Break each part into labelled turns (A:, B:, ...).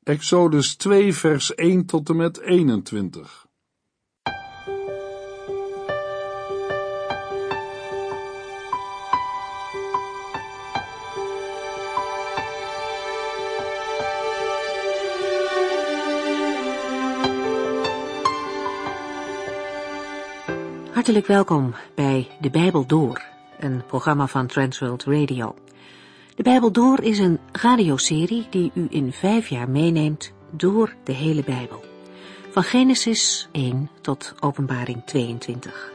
A: Exodus 2 vers 1 tot en met 21.
B: Hartelijk welkom bij De Bijbel Door, een programma van Transworld Radio. De Bijbel Door is een radioserie die u in 5 jaar meeneemt door de hele Bijbel. Van Genesis 1 tot Openbaring 22.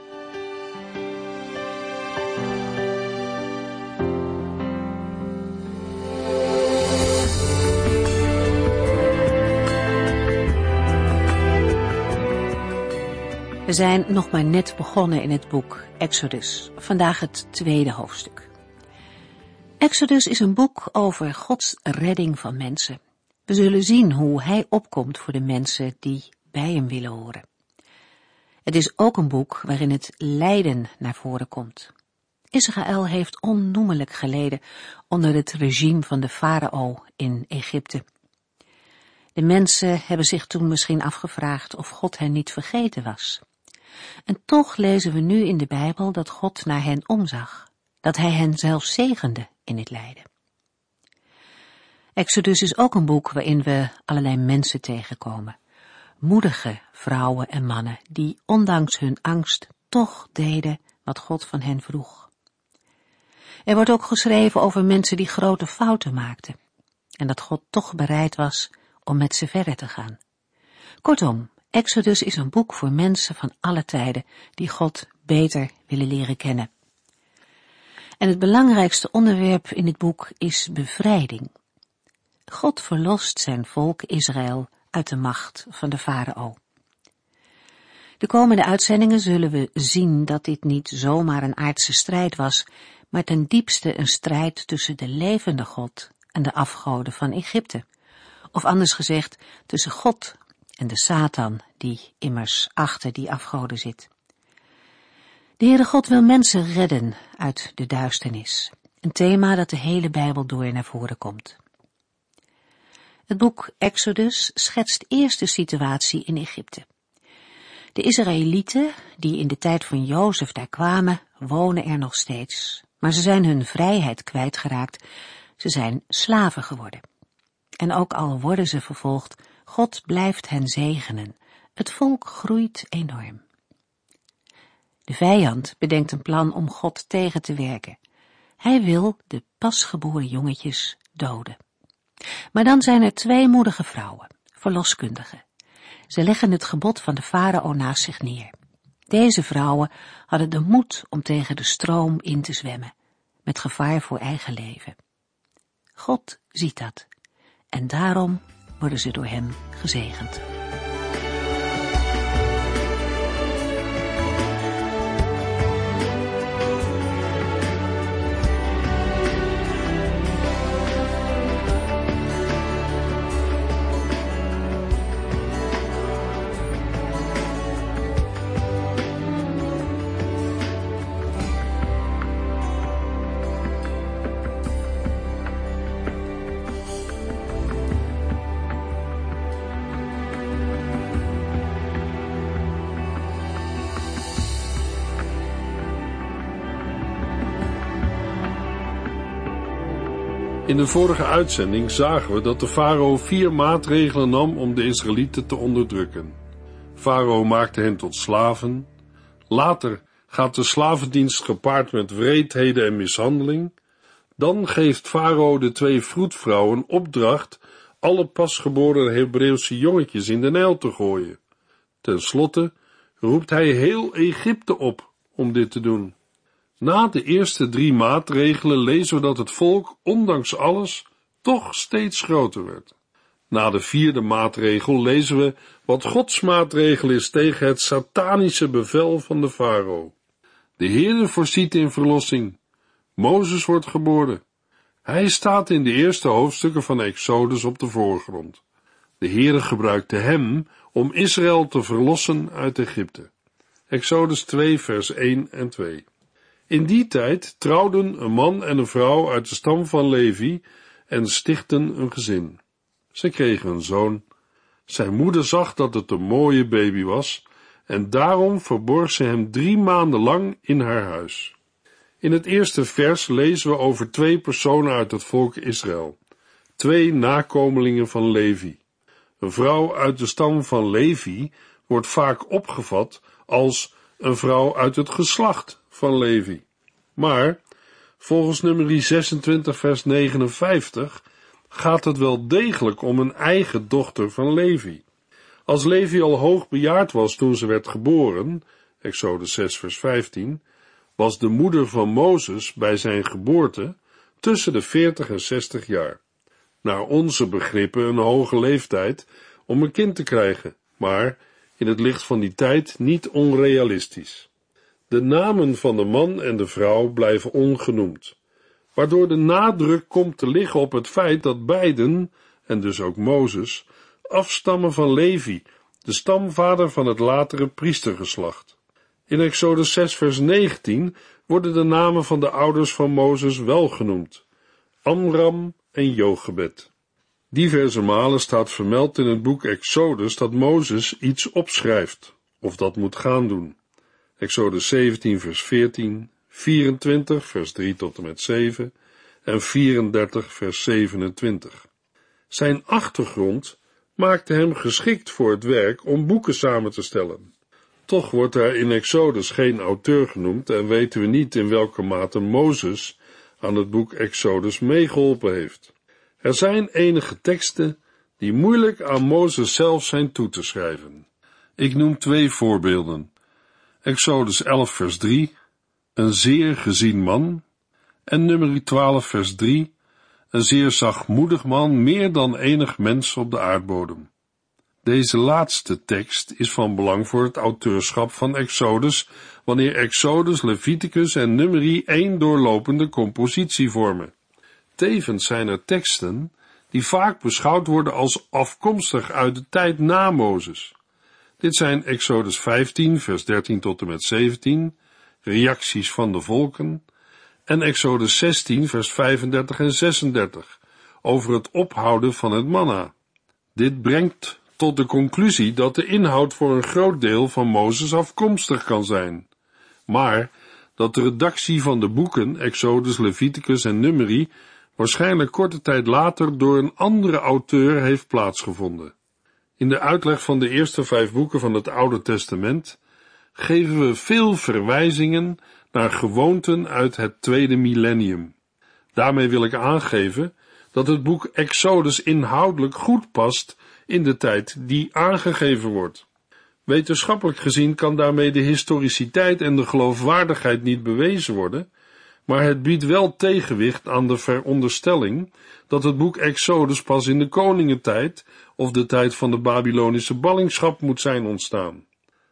B: We zijn nog maar net begonnen in het boek Exodus, vandaag het 2e hoofdstuk. Exodus is een boek over Gods redding van mensen. We zullen zien hoe hij opkomt voor de mensen die bij hem willen horen. Het is ook een boek waarin het lijden naar voren komt. Israël heeft onnoemelijk geleden onder het regime van de farao in Egypte. De mensen hebben zich toen misschien afgevraagd of God hen niet vergeten was. En toch lezen we nu in de Bijbel dat God naar hen omzag, dat hij hen zelfs zegende in het lijden. Exodus is ook een boek waarin we allerlei mensen tegenkomen. Moedige vrouwen en mannen die ondanks hun angst toch deden wat God van hen vroeg. Er wordt ook geschreven over mensen die grote fouten maakten en dat God toch bereid was om met ze verder te gaan. Kortom, Exodus is een boek voor mensen van alle tijden die God beter willen leren kennen. En het belangrijkste onderwerp in dit boek is bevrijding. God verlost zijn volk Israël uit de macht van de farao. De komende uitzendingen zullen we zien dat dit niet zomaar een aardse strijd was, maar ten diepste een strijd tussen de levende God en de afgoden van Egypte. Of anders gezegd, tussen God en de Satan, die immers achter die afgoden zit. De Heere God wil mensen redden uit de duisternis. Een thema dat de hele Bijbel door naar voren komt. Het boek Exodus schetst eerst de situatie in Egypte. De Israëlieten, die in de tijd van Jozef daar kwamen, wonen er nog steeds. Maar ze zijn hun vrijheid kwijtgeraakt. Ze zijn slaven geworden. En ook al worden ze vervolgd, God blijft hen zegenen. Het volk groeit enorm. De vijand bedenkt een plan om God tegen te werken. Hij wil de pasgeboren jongetjes doden. Maar dan zijn er 2 moedige vrouwen, verloskundigen. Ze leggen het gebod van de farao naast zich neer. Deze vrouwen hadden de moed om tegen de stroom in te zwemmen, met gevaar voor eigen leven. God ziet dat. En daarom worden ze door hem gezegend.
A: In de vorige uitzending zagen we dat de farao 4 maatregelen nam om de Israëlieten te onderdrukken. Farao maakte hen tot slaven. Later gaat de slavendienst gepaard met wreedheden en mishandeling. Dan geeft farao de 2 vroedvrouwen opdracht alle pasgeboren Hebreeuwse jongetjes in de Nijl te gooien. Ten slotte roept hij heel Egypte op om dit te doen. Na de eerste 3 maatregelen lezen we dat het volk, ondanks alles, toch steeds groter werd. Na de 4e maatregel lezen we wat Gods maatregel is tegen het satanische bevel van de farao. De Heere voorziet in verlossing. Mozes wordt geboren. Hij staat in de eerste hoofdstukken van Exodus op de voorgrond. De Heere gebruikte hem om Israël te verlossen uit Egypte. Exodus 2 vers 1 en 2. In die tijd trouwden een man en een vrouw uit de stam van Levi en stichtten een gezin. Ze kregen een zoon. Zijn moeder zag dat het een mooie baby was en daarom verborg ze hem 3 maanden lang in haar huis. In het eerste vers lezen we over 2 personen uit het volk Israël, 2 nakomelingen van Levi. Een vrouw uit de stam van Levi wordt vaak opgevat als een vrouw uit het geslacht van Levi. Maar volgens Numeri 26 vers 59 gaat het wel degelijk om een eigen dochter van Levi. Als Levi al hoogbejaard was toen ze werd geboren, Exodus 6 vers 15, was de moeder van Mozes bij zijn geboorte tussen de 40 en 60 jaar. Naar onze begrippen een hoge leeftijd om een kind te krijgen, maar in het licht van die tijd niet onrealistisch. De namen van de man en de vrouw blijven ongenoemd, waardoor de nadruk komt te liggen op het feit dat beiden, en dus ook Mozes, afstammen van Levi, de stamvader van het latere priestergeslacht. In Exodus 6 vers 19 worden de namen van de ouders van Mozes wel genoemd, Amram en Jochebed. Diverse malen staat vermeld in het boek Exodus dat Mozes iets opschrijft, of dat moet gaan doen. Exodus 17 vers 14, 24 vers 3 tot en met 7 en 34 vers 27. Zijn achtergrond maakte hem geschikt voor het werk om boeken samen te stellen. Toch wordt er in Exodus geen auteur genoemd en weten we niet in welke mate Mozes aan het boek Exodus meegeholpen heeft. Er zijn enige teksten die moeilijk aan Mozes zelf zijn toe te schrijven. Ik noem 2 voorbeelden. Exodus 11 vers 3, een zeer gezien man, en Numeri 12 vers 3, een zeer zachtmoedig man, meer dan enig mens op de aardbodem. Deze laatste tekst is van belang voor het auteurschap van Exodus, wanneer Exodus, Leviticus en Numeri 1 doorlopende compositie vormen. Tevens zijn er teksten die vaak beschouwd worden als afkomstig uit de tijd na Mozes. Dit zijn Exodus 15 vers 13 tot en met 17, reacties van de volken, en Exodus 16 vers 35 en 36, over het ophouden van het manna. Dit brengt tot de conclusie dat de inhoud voor een groot deel van Mozes afkomstig kan zijn, maar dat de redactie van de boeken, Exodus, Leviticus en Numeri, waarschijnlijk korte tijd later door een andere auteur heeft plaatsgevonden. In de uitleg van de eerste 5 boeken van het Oude Testament geven we veel verwijzingen naar gewoonten uit het tweede millennium. Daarmee wil ik aangeven dat het boek Exodus inhoudelijk goed past in de tijd die aangegeven wordt. Wetenschappelijk gezien kan daarmee de historiciteit en de geloofwaardigheid niet bewezen worden, maar het biedt wel tegenwicht aan de veronderstelling dat het boek Exodus pas in de koningentijd of de tijd van de Babylonische ballingschap moet zijn ontstaan.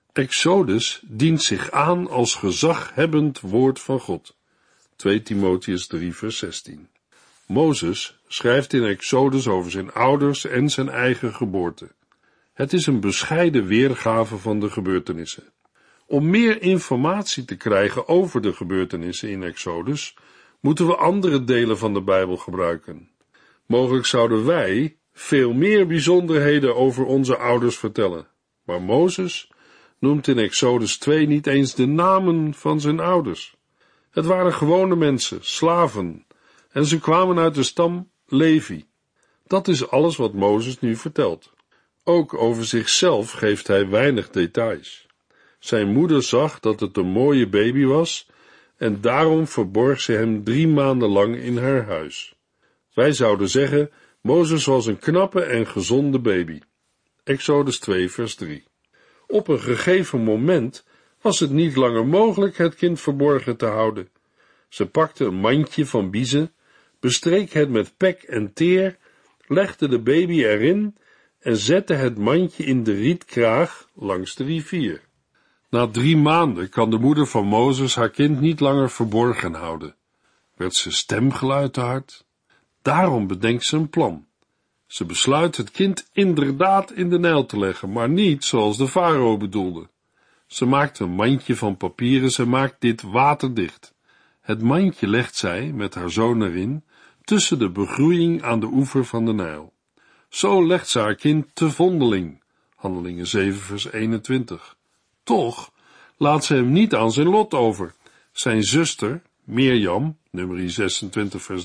A: Exodus dient zich aan als gezaghebbend woord van God. 2 Timotheüs 3 vers 16. Mozes schrijft in Exodus over zijn ouders en zijn eigen geboorte. Het is een bescheiden weergave van de gebeurtenissen. Om meer informatie te krijgen over de gebeurtenissen in Exodus, moeten we andere delen van de Bijbel gebruiken. Mogelijk zouden wij veel meer bijzonderheden over onze ouders vertellen, maar Mozes noemt in Exodus 2 niet eens de namen van zijn ouders. Het waren gewone mensen, slaven, en ze kwamen uit de stam Levi. Dat is alles wat Mozes nu vertelt. Ook over zichzelf geeft hij weinig details. Zijn moeder zag dat het een mooie baby was en daarom verborg ze hem 3 maanden lang in haar huis. Wij zouden zeggen, Mozes was een knappe en gezonde baby. Exodus 2 vers 3. Op een gegeven moment was het niet langer mogelijk het kind verborgen te houden. Ze pakte een mandje van biezen, bestreek het met pek en teer, legde de baby erin en zette het mandje in de rietkraag langs de rivier. Na 3 maanden kan de moeder van Mozes haar kind niet langer verborgen houden. Werd zijn stemgeluid te hard? Daarom bedenkt ze een plan. Ze besluit het kind inderdaad in de Nijl te leggen, maar niet zoals de farao bedoelde. Ze maakt een mandje van papieren, ze maakt dit waterdicht. Het mandje legt zij, met haar zoon erin, tussen de begroeiing aan de oever van de Nijl. Zo legt ze haar kind te vondeling. Handelingen 7 vers 21. Toch laat ze hem niet aan zijn lot over. Zijn zuster, Mirjam, nummer 26 vers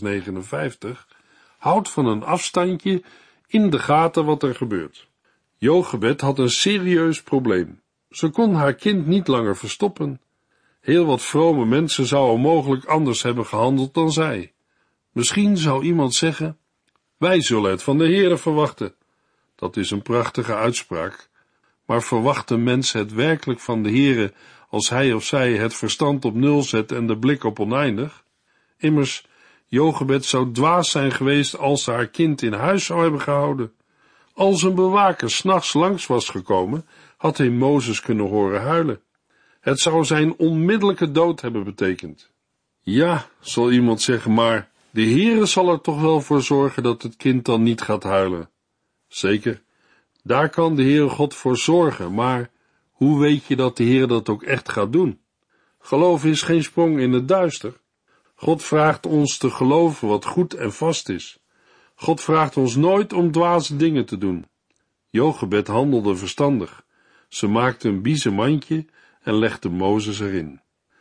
A: 59, houdt van een afstandje in de gaten wat er gebeurt. Jochebed had een serieus probleem. Ze kon haar kind niet langer verstoppen. Heel wat vrome mensen zouden mogelijk anders hebben gehandeld dan zij. Misschien zou iemand zeggen, wij zullen het van de Heere verwachten. Dat is een prachtige uitspraak, maar verwacht een mens het werkelijk van de Heere als hij of zij het verstand op nul zet en de blik op oneindig? Immers, Jochebed zou dwaas zijn geweest als ze haar kind in huis zou hebben gehouden. Als een bewaker 's nachts langs was gekomen, had hij Mozes kunnen horen huilen. Het zou zijn onmiddellijke dood hebben betekend. Ja, zal iemand zeggen, maar de Heere zal er toch wel voor zorgen dat het kind dan niet gaat huilen. Zeker, daar kan de Heere God voor zorgen, maar hoe weet je dat de Heere dat ook echt gaat doen? Geloof is geen sprong in het duister. God vraagt ons te geloven wat goed en vast is. God vraagt ons nooit om dwaze dingen te doen. Jochebed handelde verstandig. Ze maakte een biezen mandje en legde Mozes erin.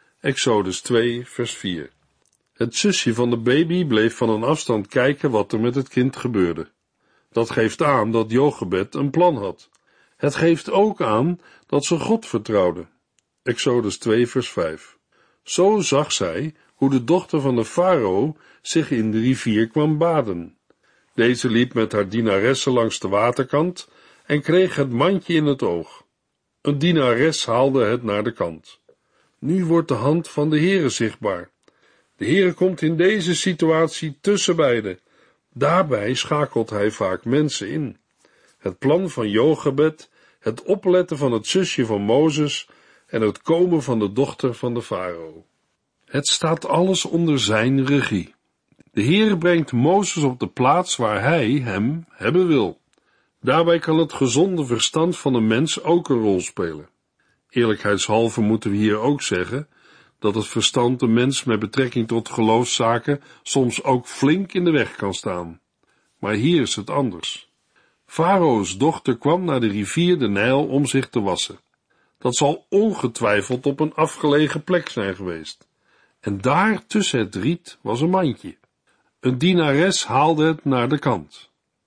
A: Exodus 2 vers 4. Het zusje van de baby bleef van een afstand kijken wat er met het kind gebeurde. Dat geeft aan dat Jochebed een plan had. Het geeft ook aan dat ze God vertrouwde. Exodus 2 vers 5. Zo zag zij hoe de dochter van de farao zich in de rivier kwam baden. Deze liep met haar dienaressen langs de waterkant en kreeg het mandje in het oog. Een dienares haalde het naar de kant. Nu wordt de hand van de Heere zichtbaar. De Heere komt in deze situatie tussen beiden. Daarbij schakelt hij vaak mensen in. Het plan van Jochebed, het opletten van het zusje van Mozes en het komen van de dochter van de farao. Het staat alles onder zijn regie. De Heere brengt Mozes op de plaats waar hij hem hebben wil. Daarbij kan het gezonde verstand van een mens ook een rol spelen. Eerlijkheidshalve moeten we hier ook zeggen dat het verstand de mens met betrekking tot geloofszaken soms ook flink in de weg kan staan. Maar hier is het anders. Farao's dochter kwam naar de rivier de Nijl om zich te wassen. Dat zal ongetwijfeld op een afgelegen plek zijn geweest. En daar tussen het riet was een mandje. Een dienares haalde het naar de kant.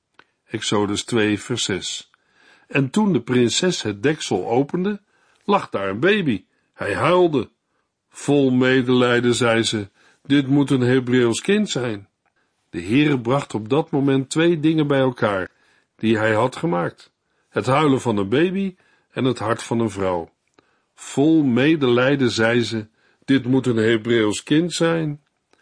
A: Exodus 2 vers 6. En toen de prinses het deksel opende, lag daar een baby. Hij huilde. Vol medelijden zei ze, dit moet een Hebreeuws kind zijn. De Heere bracht op dat moment twee dingen bij elkaar, die hij had gemaakt. Het huilen van een baby en het hart van een vrouw. Vol medelijden zei ze, dit moet een Hebreeuws kind zijn.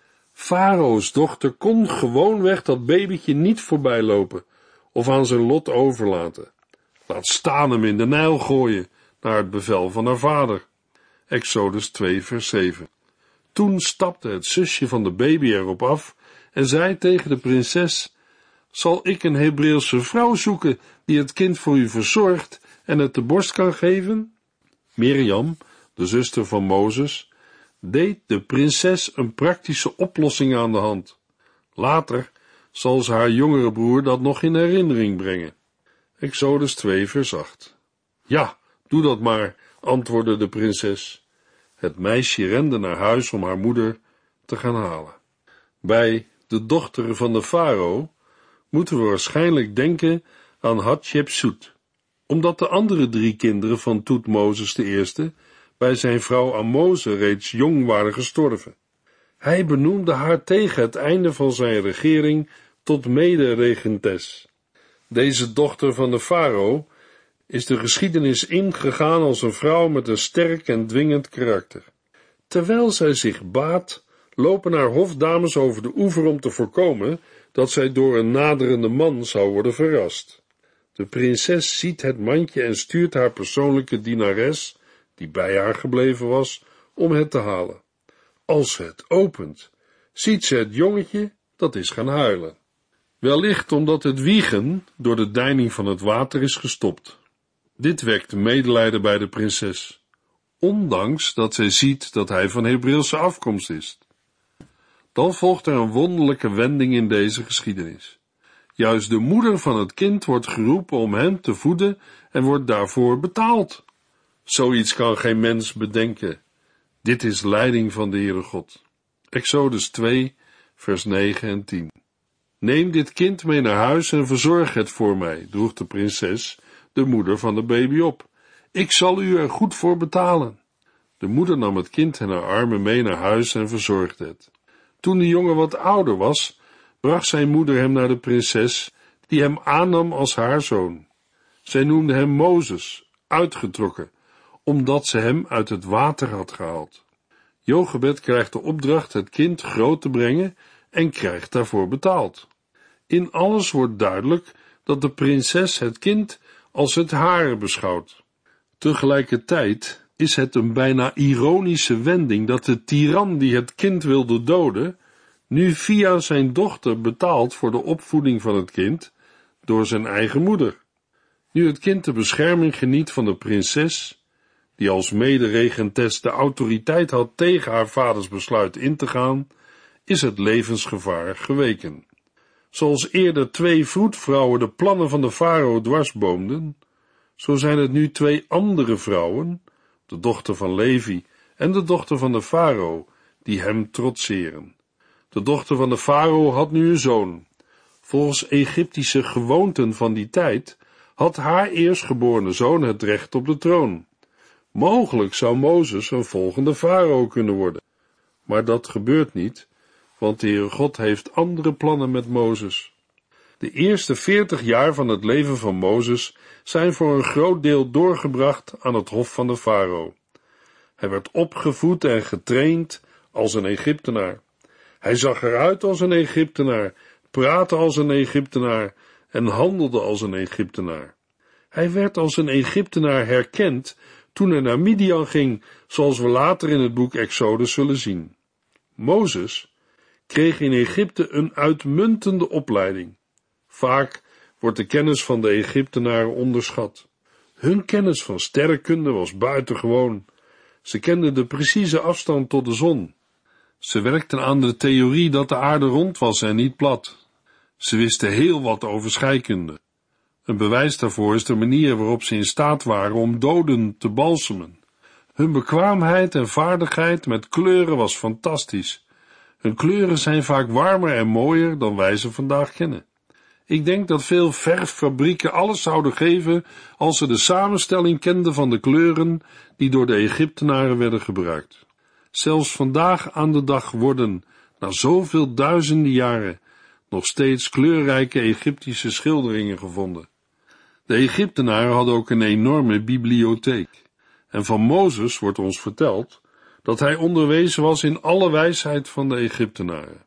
A: Farao's dochter kon gewoonweg dat babytje niet voorbij lopen of aan zijn lot overlaten. Laat staan hem in de Nijl gooien, naar het bevel van haar vader. Exodus 2 vers 7. Toen stapte het zusje van de baby erop af en zei tegen de prinses, zal ik een Hebreeuwse vrouw zoeken die het kind voor u verzorgt en het de borst kan geven? Mirjam, de zuster van Mozes, deed de prinses een praktische oplossing aan de hand. Later zal ze haar jongere broer dat nog in herinnering brengen. Exodus 2 vers 8. Ja, doe dat maar, antwoordde de prinses. Het meisje rende naar huis om haar moeder te gaan halen. Bij de dochter van de farao moeten we waarschijnlijk denken aan Hatshepsut, omdat de andere 3 kinderen van Toetmozes I bij zijn vrouw Amoze reeds jong waren gestorven. Hij benoemde haar tegen het einde van zijn regering tot mederegentes. Deze dochter van de farao is de geschiedenis ingegaan als een vrouw met een sterk en dwingend karakter. Terwijl zij zich baadt, lopen haar hofdames over de oever om te voorkomen dat zij door een naderende man zou worden verrast. De prinses ziet het mandje en stuurt haar persoonlijke dienares, die bij haar gebleven was, om het te halen. Als ze het opent, ziet ze het jongetje dat is gaan huilen. Wellicht omdat het wiegen door de deining van het water is gestopt. Dit wekt medelijden bij de prinses, ondanks dat zij ziet dat hij van Hebreeuwse afkomst is. Dan volgt er een wonderlijke wending in deze geschiedenis. Juist de moeder van het kind wordt geroepen om hem te voeden en wordt daarvoor betaald. Zoiets kan geen mens bedenken. Dit is leiding van de Heere God. Exodus 2, vers 9 en 10. Neem dit kind mee naar huis en verzorg het voor mij, droeg de prinses, de moeder van de baby op. Ik zal u er goed voor betalen. De moeder nam het kind in haar armen mee naar huis en verzorgde het. Toen de jongen wat ouder was, bracht zijn moeder hem naar de prinses, die hem aannam als haar zoon. Zij noemde hem Mozes, uitgetrokken, omdat ze hem uit het water had gehaald. Jochebed krijgt de opdracht het kind groot te brengen en krijgt daarvoor betaald. In alles wordt duidelijk dat de prinses het kind als het hare beschouwt. Tegelijkertijd is het een bijna ironische wending dat de tiran die het kind wilde doden, nu via zijn dochter betaalt voor de opvoeding van het kind door zijn eigen moeder. Nu het kind de bescherming geniet van de prinses, die als mederegentes de autoriteit had tegen haar vaders besluit in te gaan, is het levensgevaar geweken. Zoals eerder 2 vroedvrouwen de plannen van de farao dwarsboomden, zo zijn het nu 2 andere vrouwen, de dochter van Levi en de dochter van de farao, die hem trotseren. De dochter van de farao had nu een zoon. Volgens Egyptische gewoonten van die tijd had haar eerstgeborene zoon het recht op de troon. Mogelijk zou Mozes een volgende farao kunnen worden. Maar dat gebeurt niet, want de Heere God heeft andere plannen met Mozes. De eerste 40 jaar van het leven van Mozes zijn voor een groot deel doorgebracht aan het hof van de farao. Hij werd opgevoed en getraind als een Egyptenaar. Hij zag eruit als een Egyptenaar, praatte als een Egyptenaar en handelde als een Egyptenaar. Hij werd als een Egyptenaar herkend toen hij naar Midian ging, zoals we later in het boek Exodus zullen zien. Mozes kreeg in Egypte een uitmuntende opleiding. Vaak wordt de kennis van de Egyptenaren onderschat. Hun kennis van sterrenkunde was buitengewoon. Ze kenden de precieze afstand tot de zon. Ze werkten aan de theorie dat de aarde rond was en niet plat. Ze wisten heel wat over scheikunde. Een bewijs daarvoor is de manier waarop ze in staat waren om doden te balsemen. Hun bekwaamheid en vaardigheid met kleuren was fantastisch. Hun kleuren zijn vaak warmer en mooier dan wij ze vandaag kennen. Ik denk dat veel verffabrieken alles zouden geven als ze de samenstelling kenden van de kleuren die door de Egyptenaren werden gebruikt. Zelfs vandaag aan de dag worden, na zoveel duizenden jaren, nog steeds kleurrijke Egyptische schilderingen gevonden. De Egyptenaren hadden ook een enorme bibliotheek. En van Mozes wordt ons verteld dat hij onderwezen was in alle wijsheid van de Egyptenaren.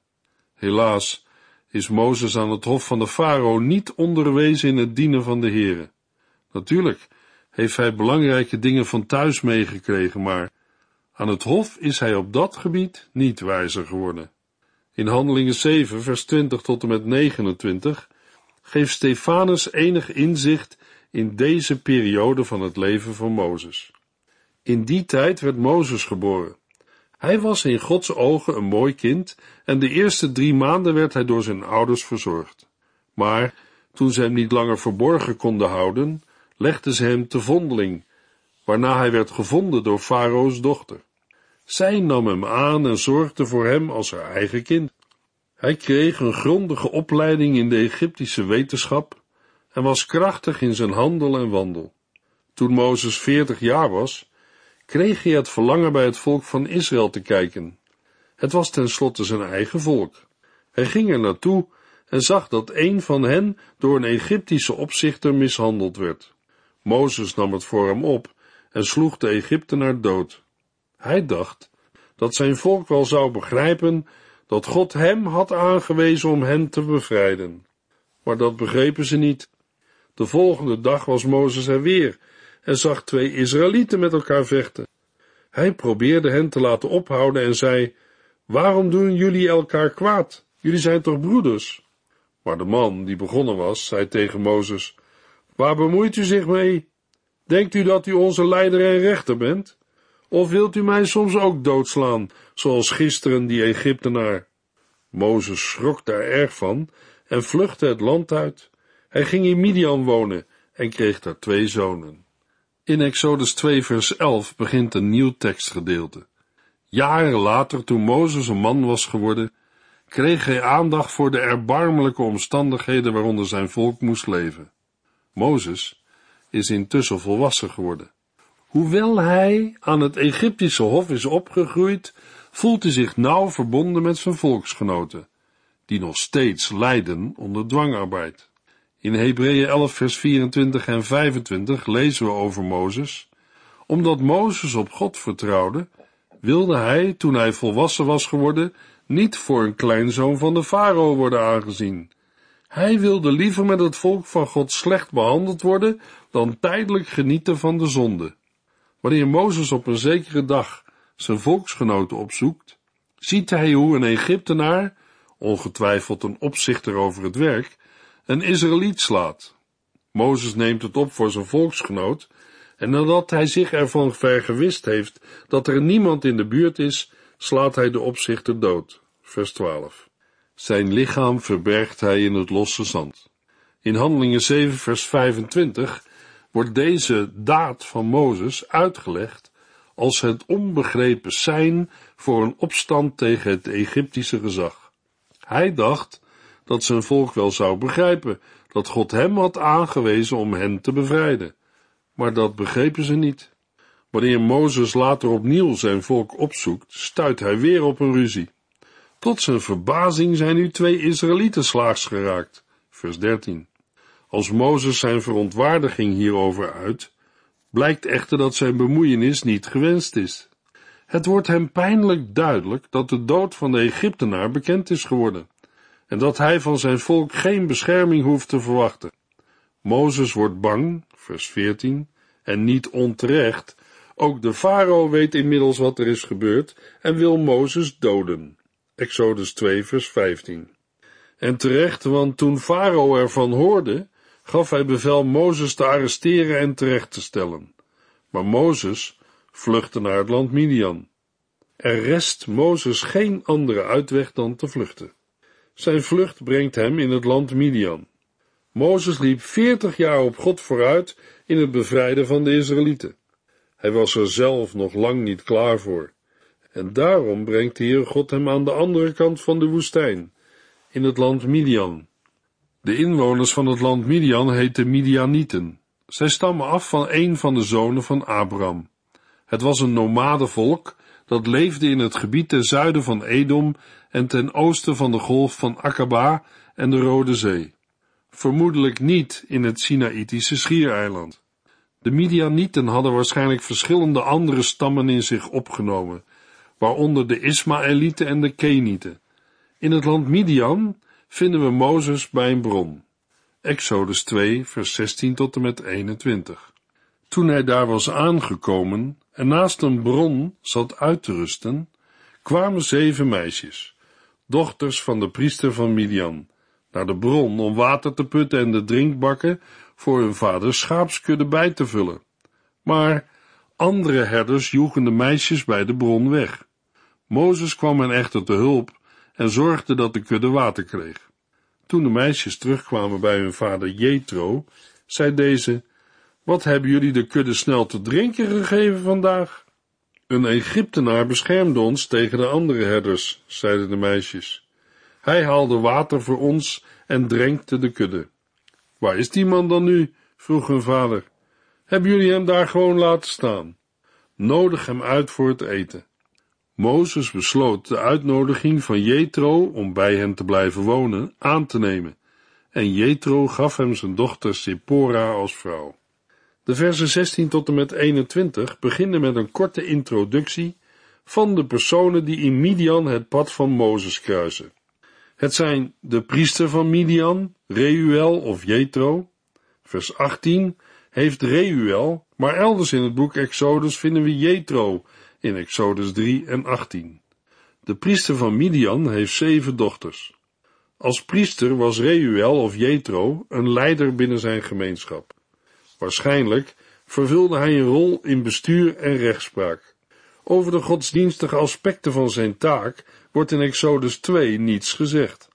A: Helaas is Mozes aan het hof van de farao niet onderwezen in het dienen van de Heere. Natuurlijk heeft hij belangrijke dingen van thuis meegekregen, maar aan het hof is hij op dat gebied niet wijzer geworden. In Handelingen 7, vers 20 tot en met 29 geeft Stefanus enig inzicht in deze periode van het leven van Mozes. In die tijd werd Mozes geboren. Hij was in Gods ogen een mooi kind en de eerste 3 maanden werd hij door zijn ouders verzorgd. Maar toen ze hem niet langer verborgen konden houden, legden ze hem te vondeling, waarna hij werd gevonden door Farao's dochter. Zij nam hem aan en zorgde voor hem als haar eigen kind. Hij kreeg een grondige opleiding in de Egyptische wetenschap en was krachtig in zijn handel en wandel. Toen Mozes 40 jaar was, kreeg hij het verlangen bij het volk van Israël te kijken. Het was tenslotte zijn eigen volk. Hij ging er naartoe en zag dat een van hen door een Egyptische opzichter mishandeld werd. Mozes nam het voor hem op en sloeg de Egyptenaar dood. Hij dacht dat zijn volk wel zou begrijpen dat God hem had aangewezen om hen te bevrijden. Maar dat begrepen ze niet. De volgende dag was Mozes er weer en zag 2 Israëlieten met elkaar vechten. Hij probeerde hen te laten ophouden en zei: waarom doen jullie elkaar kwaad? Jullie zijn toch broeders? Maar de man die begonnen was, zei tegen Mozes: waar bemoeit u zich mee? Denkt u dat u onze leider en rechter bent? Of wilt u mij soms ook doodslaan, zoals gisteren die Egyptenaar? Mozes schrok daar erg van en vluchtte het land uit. Hij ging in Midian wonen en kreeg daar 2 zonen. In Exodus 2 vers 11 begint een nieuw tekstgedeelte. Jaren later, toen Mozes een man was geworden, kreeg hij aandacht voor de erbarmelijke omstandigheden waaronder zijn volk moest leven. Mozes is intussen volwassen geworden. Hoewel hij aan het Egyptische hof is opgegroeid, voelt hij zich nauw verbonden met zijn volksgenoten, die nog steeds lijden onder dwangarbeid. In Hebreeën 11 vers 24 en 25 lezen we over Mozes. Omdat Mozes op God vertrouwde, wilde hij, toen hij volwassen was geworden, niet voor een kleinzoon van de farao worden aangezien. Hij wilde liever met het volk van God slecht behandeld worden, dan tijdelijk genieten van de zonde. Wanneer Mozes op een zekere dag zijn volksgenoten opzoekt, ziet hij hoe een Egyptenaar, ongetwijfeld een opzichter over het werk, een Israëliet slaat. Mozes neemt het op voor zijn volksgenoot, en nadat hij zich ervan vergewist heeft dat er niemand in de buurt is, slaat hij de opzichter dood. Vers 12. Zijn lichaam verbergt hij in het losse zand. In Handelingen 7 vers 25 wordt deze daad van Mozes uitgelegd als het onbegrepen sein voor een opstand tegen het Egyptische gezag. Hij dacht dat zijn volk wel zou begrijpen dat God hem had aangewezen om hen te bevrijden, maar dat begrepen ze niet. Wanneer Mozes later opnieuw zijn volk opzoekt, stuit hij weer op een ruzie. Tot zijn verbazing zijn nu 2 Israëlieten slaags geraakt. Vers 13. Als Mozes zijn verontwaardiging hierover uit, blijkt echter dat zijn bemoeienis niet gewenst is. Het wordt hem pijnlijk duidelijk dat de dood van de Egyptenaar bekend is geworden, en dat hij van zijn volk geen bescherming hoeft te verwachten. Mozes wordt bang, vers 14, en niet onterecht. Ook de farao weet inmiddels wat er is gebeurd en wil Mozes doden. Exodus 2 vers 15. En terecht, want toen farao ervan hoorde, gaf hij bevel Mozes te arresteren en terecht te stellen. Maar Mozes vluchtte naar het land Midian. Er rest Mozes geen andere uitweg dan te vluchten. Zijn vlucht brengt hem in het land Midian. Mozes liep 40 jaar op God vooruit in het bevrijden van de Israëlieten. Hij was er zelf nog lang niet klaar voor. En daarom brengt de Heer God hem aan de andere kant van de woestijn, in het land Midian. De inwoners van het land Midian heten Midianieten. Zij stammen af van een van de zonen van Abraham. Het was een nomadenvolk dat leefde in het gebied ten zuiden van Edom en ten oosten van de golf van Akaba en de Rode Zee. Vermoedelijk niet in het Sinaïtische schiereiland. De Midianieten hadden waarschijnlijk verschillende andere stammen in zich opgenomen, waaronder de Ismaëlieten en de Kenieten. In het land Midian vinden we Mozes bij een bron. Exodus 2, vers 16 tot en met 21. Toen hij daar was aangekomen en naast een bron zat uit te rusten, kwamen 7 meisjes, dochters van de priester van Midian, naar de bron om water te putten en de drinkbakken voor hun vaders schaapskudde bij te vullen. Maar andere herders joegen de meisjes bij de bron weg. Mozes kwam hen echter te hulp en zorgde dat de kudde water kreeg. Toen de meisjes terugkwamen bij hun vader Jethro, zei deze: "Wat hebben jullie de kudde snel te drinken gegeven vandaag?" "Een Egyptenaar beschermde ons tegen de andere herders," zeiden de meisjes. "Hij haalde water voor ons en drenkte de kudde." "Waar is die man dan nu?" vroeg hun vader. "Hebben jullie hem daar gewoon laten staan? Nodig hem uit voor het eten." Mozes besloot de uitnodiging van Jethro om bij hen te blijven wonen aan te nemen, en Jethro gaf hem zijn dochter Sippora als vrouw. De versen 16 tot en met 21 beginnen met een korte introductie van de personen die in Midian het pad van Mozes kruisen. Het zijn de priester van Midian, Reuel of Jethro. Vers 18 heeft Reuel, maar elders in het boek Exodus vinden we Jethro in Exodus 3 en 18. De priester van Midian heeft 7 dochters. Als priester was Reuel of Jethro een leider binnen zijn gemeenschap. Waarschijnlijk vervulde hij een rol in bestuur en rechtspraak. Over de godsdienstige aspecten van zijn taak wordt in Exodus 2 niets gezegd.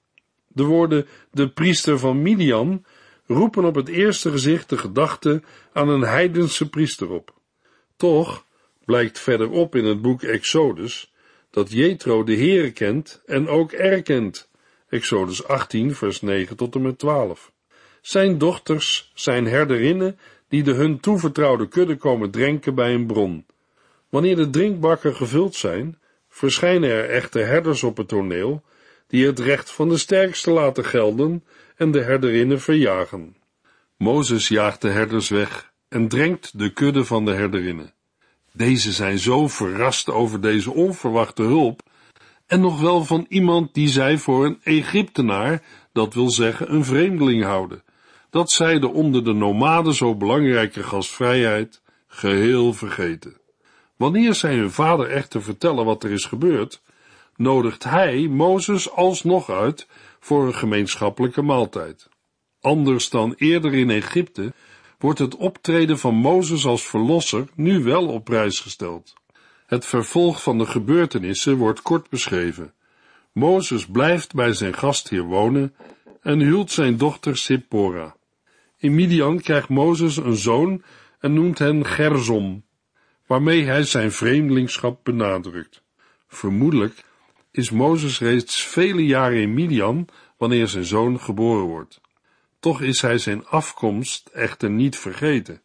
A: De woorden de priester van Midian roepen op het eerste gezicht de gedachte aan een heidense priester op. Toch blijkt verderop in het boek Exodus dat Jethro de Heere kent en ook erkent. Exodus 18 vers 9 tot en met 12. Zijn dochters zijn herderinnen die de hun toevertrouwde kudde komen drinken bij een bron. Wanneer de drinkbakken gevuld zijn, verschijnen er echter herders op het toneel die het recht van de sterkste laten gelden en de herderinnen verjagen. Mozes jaagt de herders weg en drenkt de kudde van de herderinnen. Deze zijn zo verrast over deze onverwachte hulp, en nog wel van iemand die zij voor een Egyptenaar, dat wil zeggen een vreemdeling houden, dat zij de onder de nomaden zo belangrijke gastvrijheid geheel vergeten. Wanneer zij hun vader echter vertellen wat er is gebeurd, nodigt hij Mozes alsnog uit voor een gemeenschappelijke maaltijd. Anders dan eerder in Egypte wordt het optreden van Mozes als verlosser nu wel op prijs gesteld. Het vervolg van de gebeurtenissen wordt kort beschreven. Mozes blijft bij zijn gastheer wonen en huwt zijn dochter Sippora. In Midian krijgt Mozes een zoon en noemt hen Gersom, waarmee hij zijn vreemdelingschap benadrukt. Vermoedelijk is Mozes reeds vele jaren in Midian wanneer zijn zoon geboren wordt. Toch is hij zijn afkomst echter niet vergeten.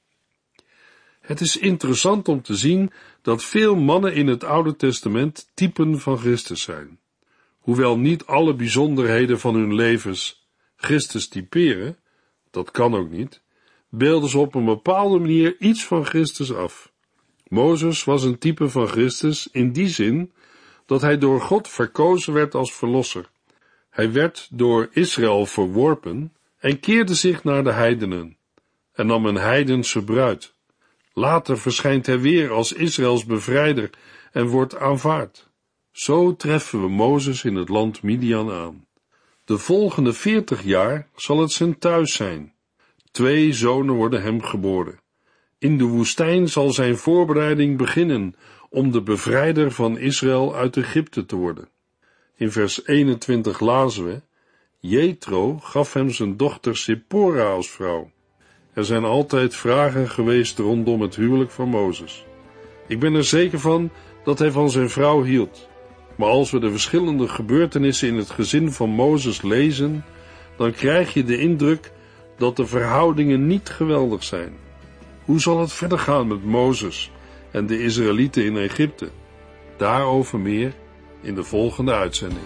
A: Het is interessant om te zien dat veel mannen in het Oude Testament typen van Christus zijn. Hoewel niet alle bijzonderheden van hun levens Christus typeren, dat kan ook niet, beelden ze op een bepaalde manier iets van Christus af. Mozes was een type van Christus in die zin dat hij door God verkozen werd als verlosser. Hij werd door Israël verworpen en keerde zich naar de heidenen en nam een heidense bruid. Later verschijnt hij weer als Israëls bevrijder en wordt aanvaard. Zo treffen we Mozes in het land Midian aan. De volgende 40 jaar zal het zijn thuis zijn. 2 zonen worden hem geboren. In de woestijn zal zijn voorbereiding beginnen om de bevrijder van Israël uit Egypte te worden. In vers 21 lazen we: Jethro gaf hem zijn dochter Sippora als vrouw. Er zijn altijd vragen geweest rondom het huwelijk van Mozes. Ik ben er zeker van dat hij van zijn vrouw hield. Maar als we de verschillende gebeurtenissen in het gezin van Mozes lezen, dan krijg je de indruk dat de verhoudingen niet geweldig zijn. Hoe zal het verder gaan met Mozes en de Israëlieten in Egypte? Daarover meer in de volgende uitzending.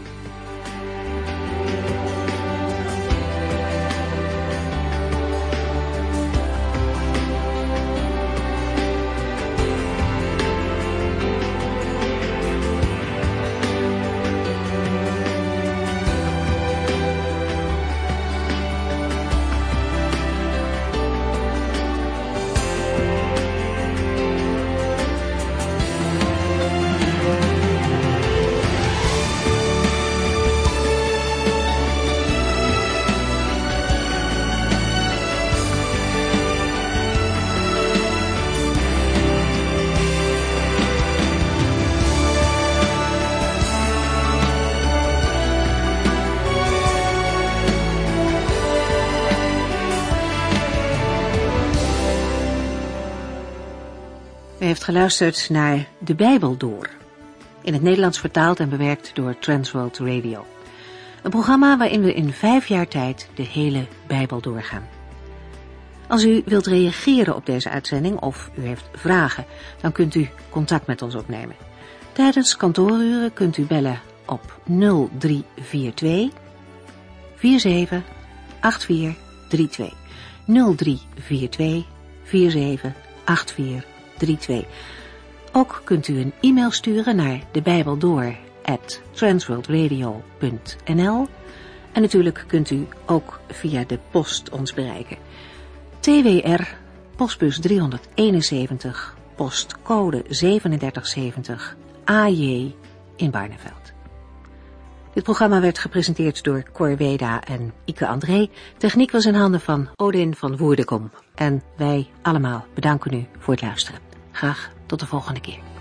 B: U heeft geluisterd naar De Bijbel Door, in het Nederlands vertaald en bewerkt door Transworld Radio. Een programma waarin we in 5 jaar tijd de hele Bijbel doorgaan. Als u wilt reageren op deze uitzending of u heeft vragen, dan kunt u contact met ons opnemen. Tijdens kantooruren kunt u bellen op 0342 478432. 0342 478432. Ook kunt u een e-mail sturen naar debijbeldoor@transworldradio.nl en natuurlijk kunt u ook via de post ons bereiken. TWR, postbus 371, postcode 3770, AJ in Barneveld. Dit programma werd gepresenteerd door Cor Weda en Ike André. Techniek was in handen van Odin van Woerdekom. En wij allemaal bedanken u voor het luisteren. Graag tot de volgende keer.